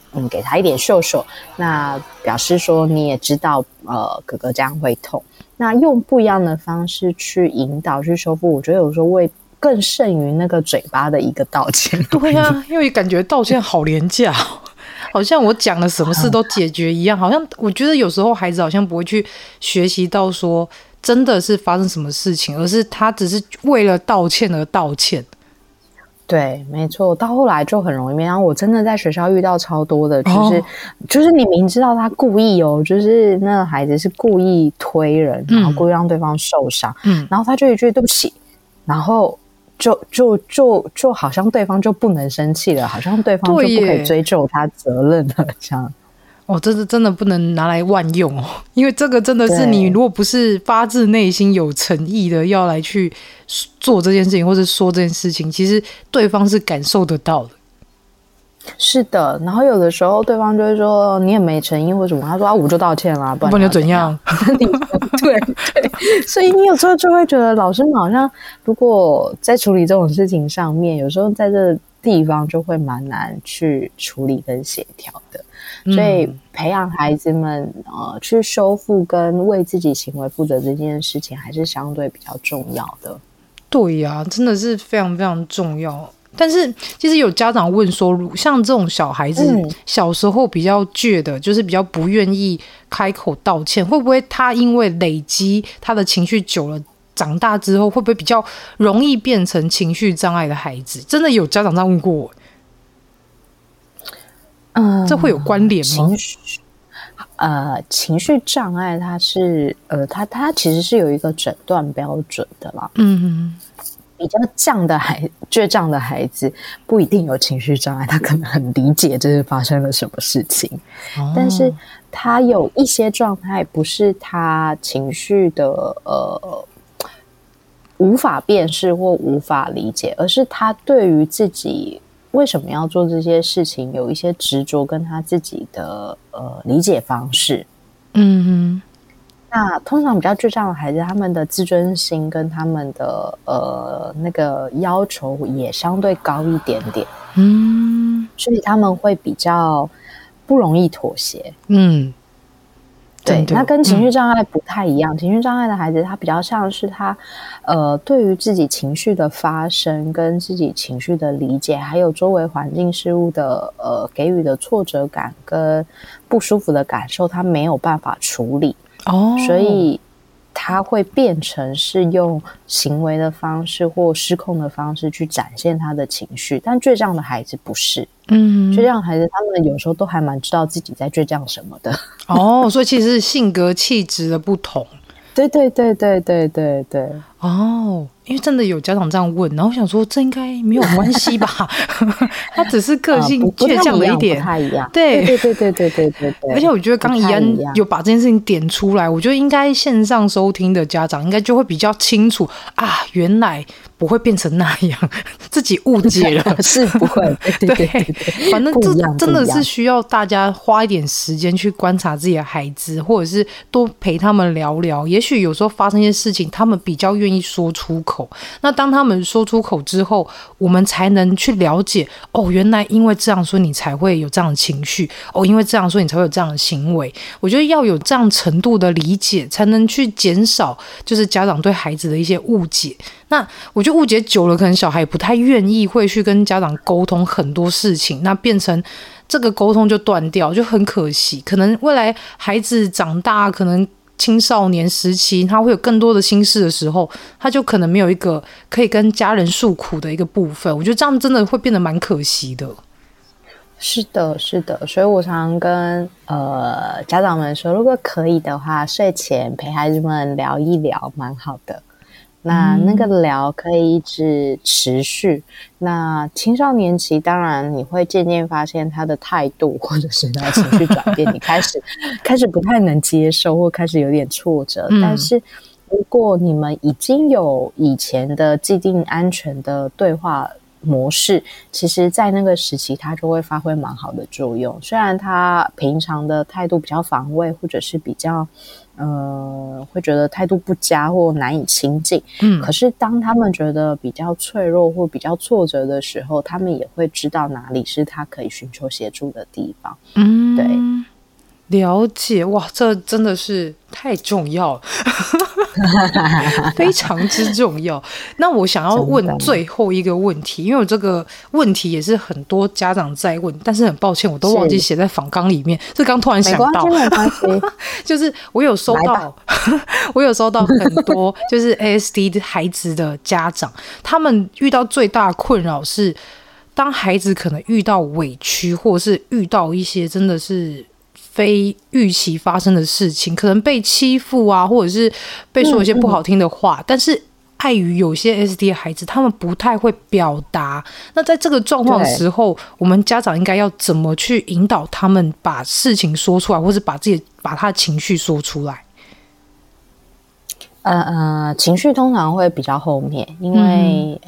给他一点秀秀，那表示说你也知道哥哥这样会痛，那用不一样的方式去引导去修复，我觉得有时候会更胜于那个嘴巴的一个道歉。 对啊，因为感觉道歉好廉价好像我讲了什么事都解决一样，好像我觉得有时候孩子好像不会去学习到说真的是发生什么事情，而是他只是为了道歉而道歉。 对，没错，到后来就很容易。然后我真的在学校遇到超多的，就是你明知道他故意就是那个孩子是故意推人，然后故意让对方受伤，然后他就一句对不起，然后就好像对方就不能生气了，好像对方就不可以追究他责任了，这样。 这是真的不能拿来万用因为这个真的是你如果不是发自内心有诚意的要来去做这件事情或者说这件事情，其实对方是感受得到的。 是的，然后有的时候对方就会说你也没诚意或什么，他说我就道歉啦，不然你要怎样对，所以你有时候就会觉得老师们好像如果在处理这种事情上面，有时候在这个地方就会蛮难去处理跟协调的。所以培养孩子们去修复跟为自己行为负责这件事情还是相对比较重要的。 对呀，真的是非常非常重要。但是其实有家长问说，像这种小孩子小时候比较倔的，就是比较不愿意开口道歉，会不会他因为累积他的情绪久了，长大之后会不会比较容易变成情绪障碍的孩子？真的有家长这样问过我。这会有关联吗？ 情绪障碍它是它其实是有一个诊断标准的啦。比较倔强的孩子不一定有情绪障碍，他可能很理解这是发生了什么事情，但是他有一些状态不是他情绪的无法辨识或无法理解，而是他对于自己为什么要做这些事情有一些执着跟他自己的理解方式。那通常比较倔强的孩子，他们的自尊心跟他们的那个要求也相对高一点点，所以他们会比较不容易妥协。对，那跟情绪障碍不太一样。情绪障碍的孩子，他比较像是他对于自己情绪的发生跟自己情绪的理解，还有周围环境事物的给予的挫折感跟不舒服的感受，他没有办法处理。所以他会变成是用行为的方式或失控的方式去展现他的情绪，但倔强的孩子不是。倔强的孩子他们有时候都还蛮知道自己在倔强什么的。 所以其实是性格气质的不同。 对。 因为真的有家长这样问，然后我想说这应该没有关系吧他只是个性倔强了一点， 不太一样。 对。 而且我觉得刚怡安有把这件事情点出来，我觉得应该线上收听的家长应该就会比较清楚啊，原来不会变成那样自己误解了是不会。对， 反正这真的是需要大家花一点时间去观察自己的孩子，或者是多陪他们聊聊，也许有时候发生一些事情他们比较愿意说出口，那当他们说出口之后，我们才能去了解原来因为这样说你才会有这样的情绪，因为这样说你才会有这样的行为。我觉得要有这样程度的理解，才能去减少就是家长对孩子的一些误解。那我觉得误解久了，可能小孩不太愿意会去跟家长沟通很多事情，那变成这个沟通就断掉，就很可惜。可能未来孩子长大，可能青少年时期他会有更多的心事的时候，他就可能没有一个可以跟家人诉苦的一个部分。我觉得这样真的会变得蛮可惜的。 是的，所以我常跟家长们说，如果可以的话，睡前陪孩子们聊一聊，蛮好的。那个聊可以一直持续。那青少年期当然你会渐渐发现他的态度或者是他的情绪转变，你开始不太能接受，或开始有点挫折。但是如果你们已经有以前的既定安全的对话模式，其实在那个时期它就会发挥蛮好的作用。虽然他平常的态度比较防卫，或者是比较会觉得态度不佳或难以亲近，可是当他们觉得比较脆弱或比较挫折的时候，他们也会知道哪里是他可以寻求协助的地方。对， 了解。哇，这真的是太重要了非常之重要。那我想要问最后一个问题，因为我这个问题也是很多家长在问，但是很抱歉我都忘记写在访纲里面，是刚突然想到。 没关系就是我有收到很多就是 ASD 的孩子的家长，他们遇到最大的困扰是当孩子可能遇到委屈，或者是遇到一些真的是非预期发生的事情，可能被欺负啊，或者是被说一些不好听的话，但是碍于有些 ASD 的孩子他们不太会表达，那在这个状况的时候，我们家长应该要怎么去引导他们把事情说出来，或是把他的情绪说出来？ 情绪通常会比较后面，因为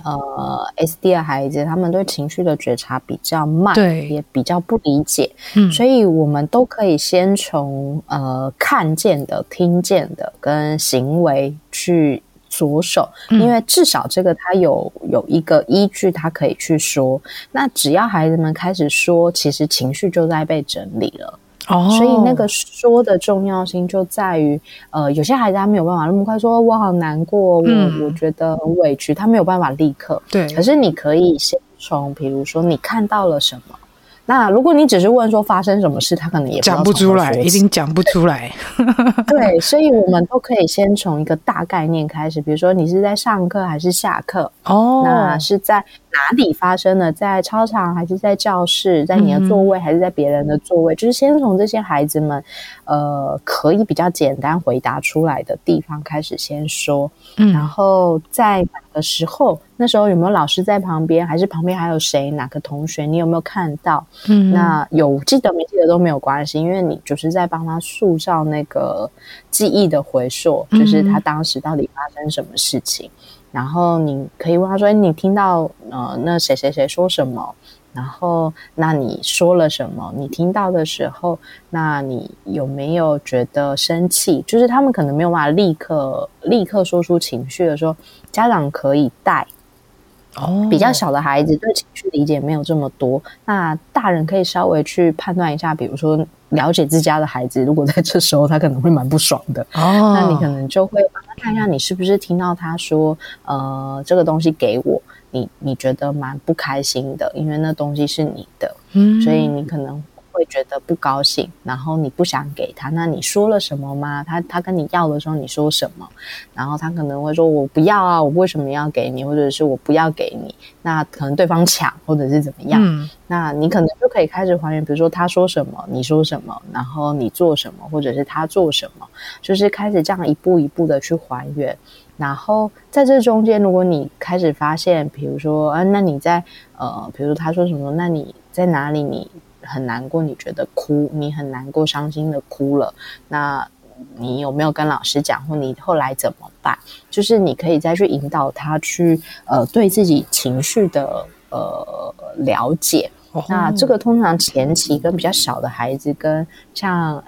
SD 的孩子他们对情绪的觉察比较慢，对，也比较不理解，所以我们都可以先从看见的、听见的跟行为去着手，因为至少这个他有一个依据，他可以去说。那只要孩子们开始说，其实情绪就在被整理了。所以那个说的重要性就在于有些孩子他没有办法那么快说我好难过，我觉得很委屈，他没有办法立刻。对，可是你可以先从比如说你看到了什么，那如果你只是问说发生什么事，他可能也讲不出来，一定讲不出来。 对，所以我们都可以先从一个大概念开始，比如说你是在上课还是下课，那是在哪里发生的，在操场还是在教室，在你的座位还是在别人的座位，就是先从这些孩子们可以比较简单回答出来的地方开始先说，然后在哪个时候，那时候有没有老师在旁边，还是旁边还有谁，哪个同学你有没有看到，那有记得没记得都没有关系，因为你就是在帮他塑造那个记忆的回溯，就是他当时到底发生什么事情，然后你可以问他说你听到那谁谁谁说什么，然后那你说了什么，你听到的时候那你有没有觉得生气，就是他们可能没有办法立刻说出情绪的时候，家长可以带比较小的孩子对情绪理解没有这么多，那大人可以稍微去判断一下，比如说了解自家的孩子，如果在这时候他可能会蛮不爽的，那你可能就会帮他看一下你是不是听到他说这个东西给我，你觉得蛮不开心的，因为那东西是你的，所以你可能会觉得不高兴，然后你不想给他，那你说了什么吗？他跟你要的时候你说什么？然后他可能会说我不要啊，我为什么要给你，或者是我不要给你，那可能对方抢或者是怎么样，那你可能就可以开始还原，比如说他说什么你说什么，然后你做什么，或者是他做什么，就是开始这样一步一步的去还原。然后在这中间，如果你开始发现比如说那你在比如说他说什么，那你在哪里你很难过，你觉得哭，你很难过伤心的哭了，那你有没有跟老师讲，或你后来怎么办，就是你可以再去引导他去对自己情绪的了解，那这个通常前期跟比较小的孩子跟像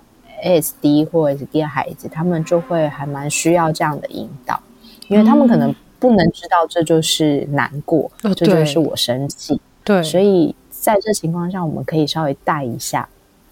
ASD 或 SD 的孩子，他们就会还蛮需要这样的引导，因为他们可能不能知道这就是难过，这就是我生气，对，所以在这情况下我们可以稍微带一下。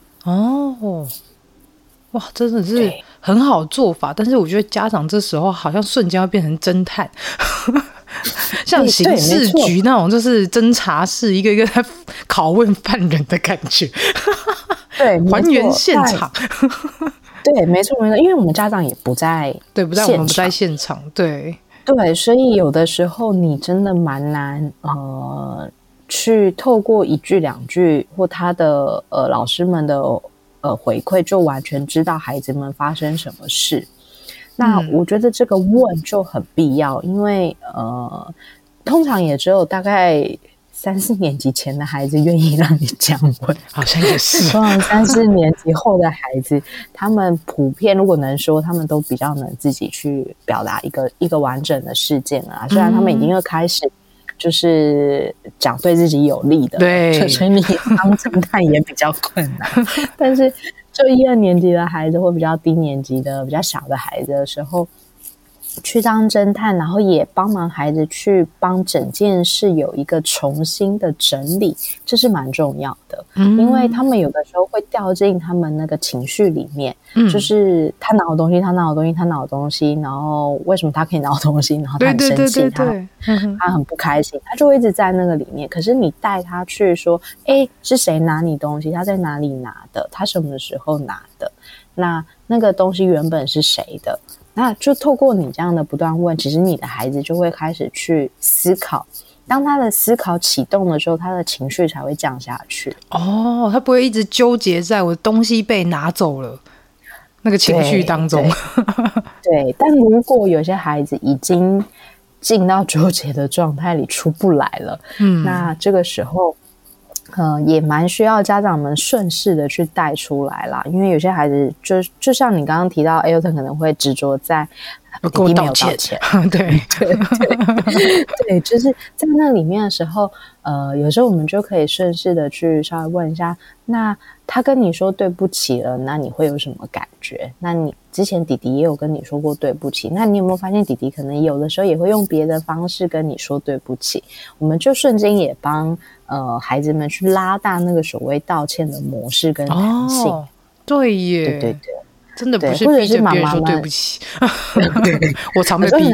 哇，真的是很好做法，但是我觉得家长这时候好像瞬间要变成侦探像刑事局那种就是侦查室一个一个在拷问犯人的感觉对， 还原现场对，没错没错，因为我们家长也不在对，我们不在现场，对对，所以有的时候你真的蛮难去透过一句两句或他的老师们的回馈就完全知道孩子们发生什么事。那我觉得这个问就很必要，因为通常也只有大概3-4年级前的孩子愿意让你这样问， 好像也是。 通常3-4年级后的孩子，他们普遍如果能说，他们都比较能自己去表达一个完整的事件啊。虽然他们已经要开始就是讲对自己有利的， 对， 所以你当侦探也比较困难。但是就1、2年级的孩子或比较低年级的比较小的孩子的时候，去当侦探，然后也帮忙孩子去帮整件事有一个重新的整理，这是蛮重要的。因为他们有的时候会掉进他们那个情绪里面，就是他拿我东西，他拿我东西，他拿我东西，然后为什么他可以拿我东西，然后他很生气，他很不开心，他就会一直在那个里面。可是你带他去说，是谁拿你东西，他在哪里拿的，他什么时候拿的，那个东西原本是谁的，那就透过你这样的不断问，其实你的孩子就会开始去思考。当他的思考启动的时候，他的情绪才会降下去。 他不会一直纠结在我的东西被拿走了那个情绪当中。 对，但如果有些孩子已经进到纠结的状态里出不来了，那这个时候也蛮需要家长们顺势的去带出来啦。因为有些孩子就像你刚刚提到 Ailton 可能会执着在跟我道歉对， 就是在那里面的时候，有时候我们就可以顺势的去稍微问一下，那他跟你说对不起了，那你会有什么感觉？那你之前弟弟也有跟你说过对不起，那你有没有发现弟弟可能有的时候也会用别的方式跟你说对不起？我们就瞬间也帮孩子们去拉大那个所谓道歉的模式跟弹性。 对耶， 对， 真的不是逼着别人说对不起。我常被逼，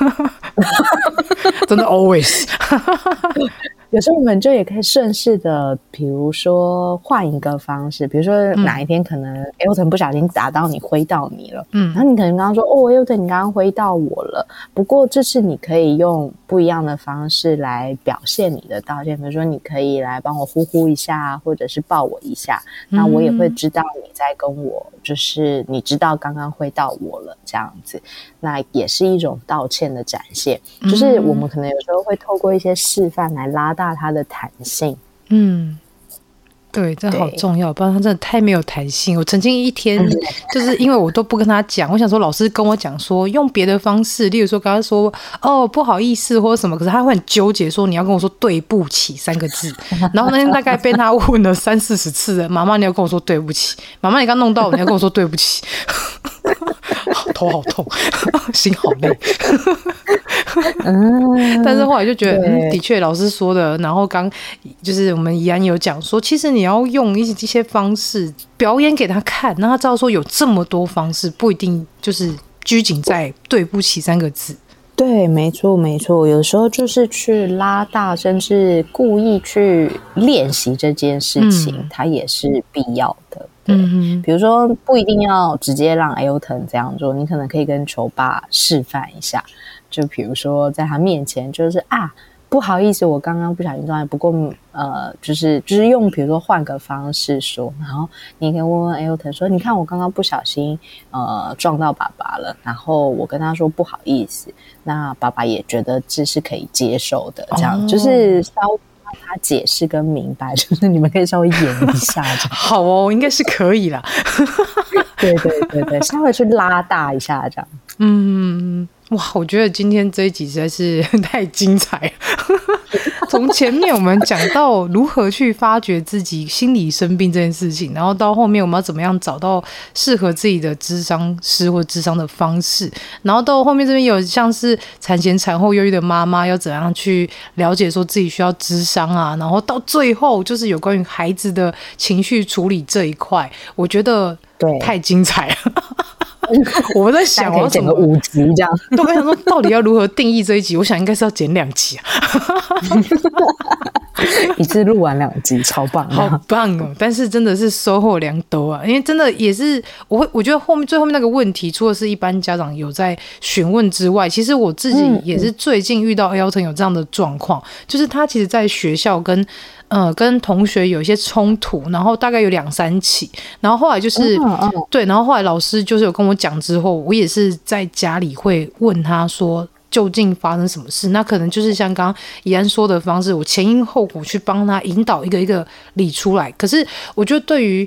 真的 always。 有时候我们就也可以顺势的，比如说换一个方式，比如说哪一天可能 Ailton 不小心打到你，挥到你了，然后你可能刚刚说Ailton 你刚刚挥到我了，不过这次你可以用不一样的方式来表现你的道歉，比如说你可以来帮我呼呼一下，或者是抱我一下，那我也会知道你在跟我，就是你知道刚刚挥到我了这样子，那也是一种道歉的展现，就是我们可能有时候会透过一些示范来拉大它的弹性。 对，这好重要，不然他真的太没有弹性。我曾经一天就是因为我都不跟他讲，我想说老师跟我讲说用别的方式，例如说跟他说不好意思或者什么，可是他会很纠结说你要跟我说对不起3个字，然后那天大概被他问了30-40次了，妈妈你要跟我说对不起，妈妈你刚弄到我，你要跟我说对不起。头好痛，心好累。但是后来就觉得的确老师说的，然后就是我们怡安有讲说，其实你要用一些方式表演给他看，让他知道说有这么多方式，不一定就是拘谨在对不起3个字。 对，没错，有时候就是去拉大，甚至故意去练习这件事情，它也是必要的。比如说不一定要直接让 Ailton 这样做，你可能可以跟球爸示范一下，就比如说在他面前就是不好意思，我刚刚不小心撞到，不过就是用比如说换个方式说，然后你可以问问 Ailton 说，你看我刚刚不小心撞到爸爸了，然后我跟他说不好意思，那爸爸也觉得这是可以接受的，这样就是稍微让他解释跟明白，就是你们可以稍微演一下这样。 好哦，应该是可以啦。 对，稍微去拉大一下这样。 哇，我觉得今天这一集实在是太精彩了。从前面我们讲到如何去发掘自己心理生病这件事情，然后到后面我们要怎么样找到适合自己的諮商师或諮商的方式，然后到后面这边有像是产前产后忧郁的妈妈要怎样去了解说自己需要諮商啊，然后到最后就是有关于孩子的情绪处理这一块，我觉得太精彩了。我们在想我要剪个5集这样， 都在想说到底要如何定义这一集，我想应该是要剪2集啊。 一次录完2集，超棒， 好棒哦！但是真的是收获良多啊，因为真的也是我觉得最后面那个问题，除了是一般家长有在询问之外，其实我自己也是最近遇到 Ailton 有这样的状况，就是他其实在学校跟同学有一些冲突，然后大概有2-3起，然后后来就是对，然后后来老师就是有跟我讲之后，我也是在家里会问他说究竟发生什么事，那可能就是像刚刚怡安说的方式，我前因后果去帮他引导一个一个理出来。可是我觉得对于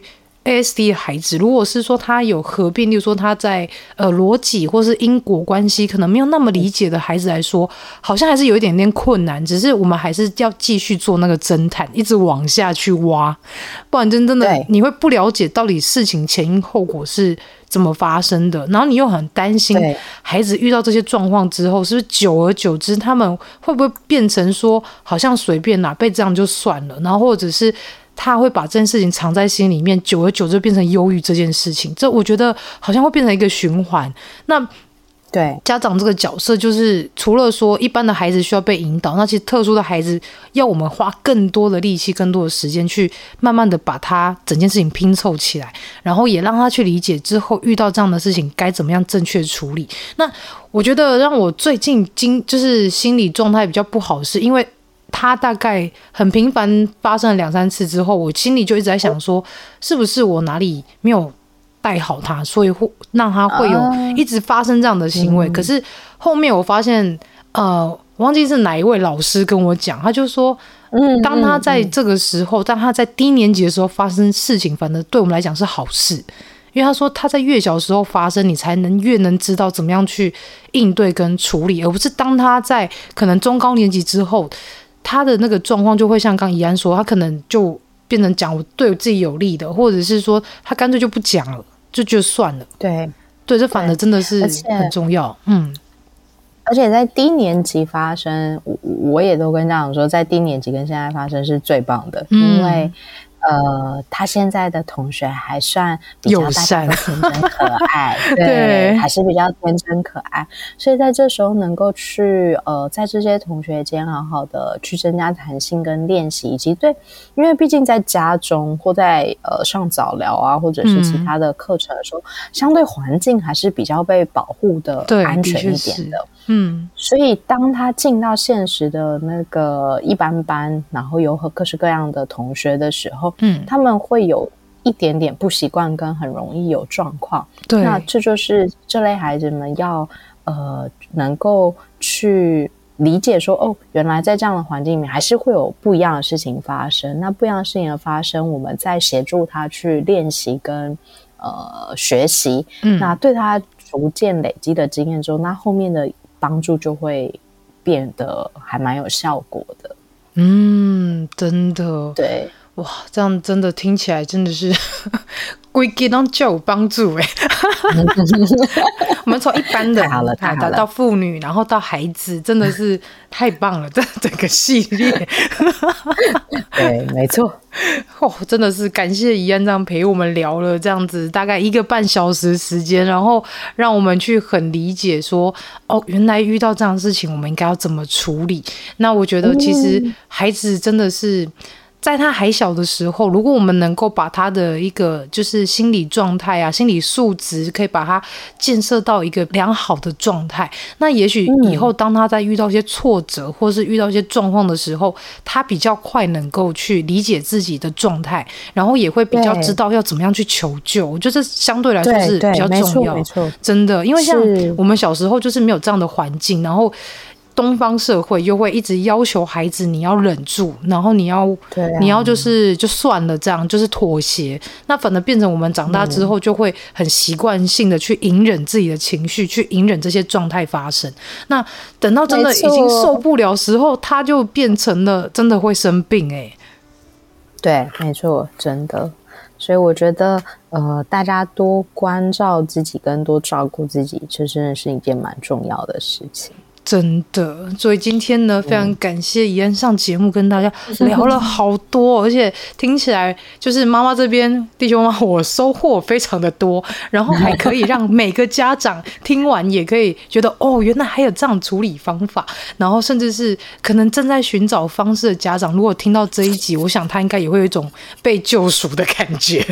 ASD 的孩子，如果是说他有合并，例如说他在逻辑或是因果关系可能没有那么理解的孩子来说，好像还是有一点点困难。只是我们还是要继续做那个侦探，一直往下去挖，不然真的你会不了解到底事情前因后果是怎么发生的，然后你又很担心孩子遇到这些状况之后，是不是久而久之他们会不会变成说好像随便啦，被这样就算了，然后或者是他会把这件事情藏在心里面，久而久之变成忧郁这件事情，这我觉得好像会变成一个循环。那对家长这个角色，就是除了说一般的孩子需要被引导，那其实特殊的孩子要我们花更多的力气、更多的时间去慢慢的把他整件事情拼凑起来，然后也让他去理解之后遇到这样的事情该怎么样正确处理。那我觉得让我最近就是心理状态比较不好，是因为他大概很频繁发生了2-3次之后，我心里就一直在想说，是不是我哪里没有带好他，所以让他会有一直发生这样的行为。可是后面我发现我忘记是哪一位老师跟我讲，他就说当他在这个时候，当他在低年级的时候发生事情，反正对我们来讲是好事，因为他说他在越小的时候发生，你才能越能知道怎么样去应对跟处理，而不是当他在可能中高年级之后，他的那个状况就会像刚怡安说，他可能就变成讲我对我自己有利的，或者是说他干脆就不讲了，就算了。对，这反而真的是很重要。 而且在低年级发生，我也都跟家长说，在低年级跟现在发生是最棒的，因为他现在的同学还算比较大家都天真可爱，对，还是比较天真可爱，所以在这时候能够去在这些同学间好好的去增加弹性跟练习，以及因为毕竟在家中或在上早疗啊，或者是其他的课程的时候，相对环境还是比较被保护的安全一点的。所以当他进到现实的那个一般班，然后有各式各样的同学的时候，他们会有一点点不习惯，跟很容易有状况。对，那这就是这类孩子们要能够去理解说，原来在这样的环境里面还是会有不一样的事情发生。那不一样的事情的发生，我们在协助他去练习跟学习，那对他逐渐累积的经验之后，那后面的帮助就会变得还蛮有效果的。 真的， 对， 哇，这样真的听起来真的是规矩都就有帮助哎。我们从一般的到妇女，然后到孩子，真的是太棒了，这整个系列。 对，没错。 真的是感谢怡安这样陪我们聊了这样子大概1个半小时时间，然后让我们去很理解说，原来遇到这样的事情我们应该要怎么处理。那我觉得其实孩子真的是在他还小的时候，如果我们能够把他的一个就是心理状态啊、心理素质可以把他建设到一个良好的状态，那也许以后当他在遇到一些挫折或是遇到一些状况的时候，他比较快能够去理解自己的状态，然后也会比较知道要怎么样去求救。我觉得这相对来说是比较重要，真的，因为像我们小时候就是没有这样的环境，然后东方社会又会一直要求孩子你要忍住，然后你要就算了，这样就是妥协。那反而变成我们长大之后就会很习惯性的去隐忍自己的情绪，去隐忍这些状态发生。那等到真的已经受不了时候，他就变成了真的会生病欸。 对，没错，真的。所以我觉得大家多关照自己跟多照顾自己，这真的是一件蛮重要的事情。 真的，所以今天呢，非常感谢怡安上节目跟大家聊了好多，而且听起来就是妈妈这边弟兄妈我收获非常的多，然后还可以让每个家长听完也可以觉得原来还有这样处理方法，然后甚至是可能正在寻找方式的家长，如果听到这一集，我想他应该也会有一种被救赎的感觉。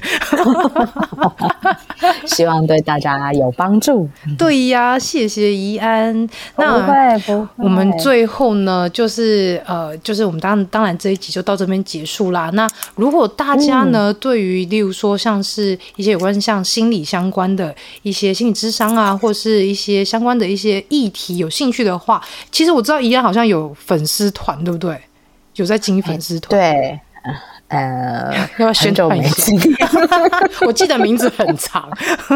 希望对大家有帮助。 对呀，谢谢怡安。那我们最后呢，就是我们当然这一集就到这边结束啦。那如果大家呢，对于例如说像是一些有关像心理相关的一些心理諮商啊，或是一些相关的一些议题有兴趣的话，其实我知道怡安好像有粉丝团，对不对？有在经营粉丝团。 要宣传一下。我记得名字很长。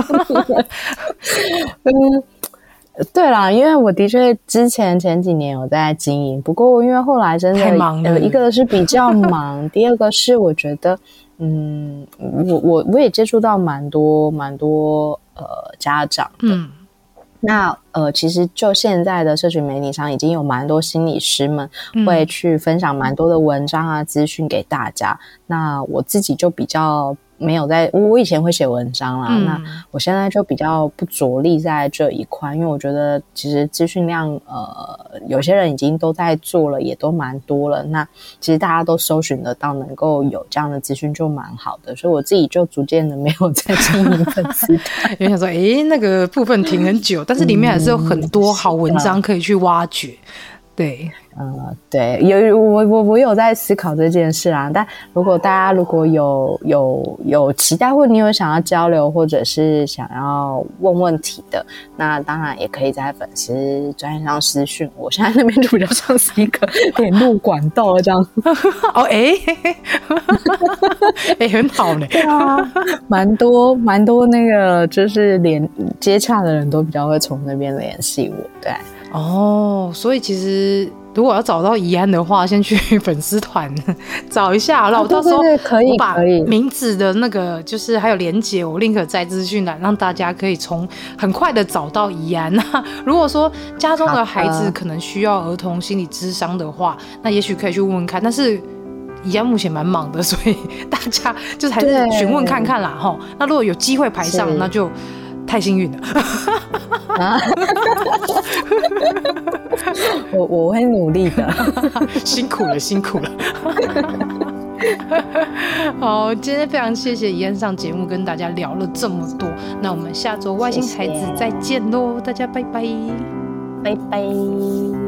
对啦，因为我的确前几年有在经营，不过因为后来真的太忙了， 一个是比较忙，第二个是我觉得，我也接触到蛮多家长的。那其实就现在的社群媒体上，已经有蛮多心理师们会去分享蛮多的文章啊、资讯给大家。那我自己就比较没有我以前会写文章啦，那我现在就比较不着力在这一块，因为我觉得其实资讯量有些人已经都在做了，也都蛮多了，那其实大家都搜寻得到，能够有这样的资讯就蛮好的，所以我自己就逐渐的没有在经营粉丝团。 有人想说那个部分停很久，但是里面还是有很多好文章可以去挖掘。对， 对，我有在思考这件事啊。但大家如果有期待，或者你有想要交流，或者是想要问问题的，那当然也可以在粉丝专页上私讯我。现在那边就比较像是一个联络管道这样。 很好呢。 对啊，蛮多那个就是接洽的人都比较会从那边联系我。对。 所以其实如果要找到怡安的话，先去粉丝团找一下好了。我到时候我把名字的那个就是还有连结，我 link 在资讯栏，让大家可以很快的找到怡安。那如果说家中的孩子可能需要儿童心理咨商的话，那也许可以去问问看。但是怡安目前蛮忙的，所以大家就是还是询问看看啦齁。那如果有机会排上，那就太幸运了。 我会努力的。 辛苦了。好，今天非常谢谢怡安上节目跟大家聊了这么多，那我们下周外星孩子再见咯，大家拜拜。 拜拜。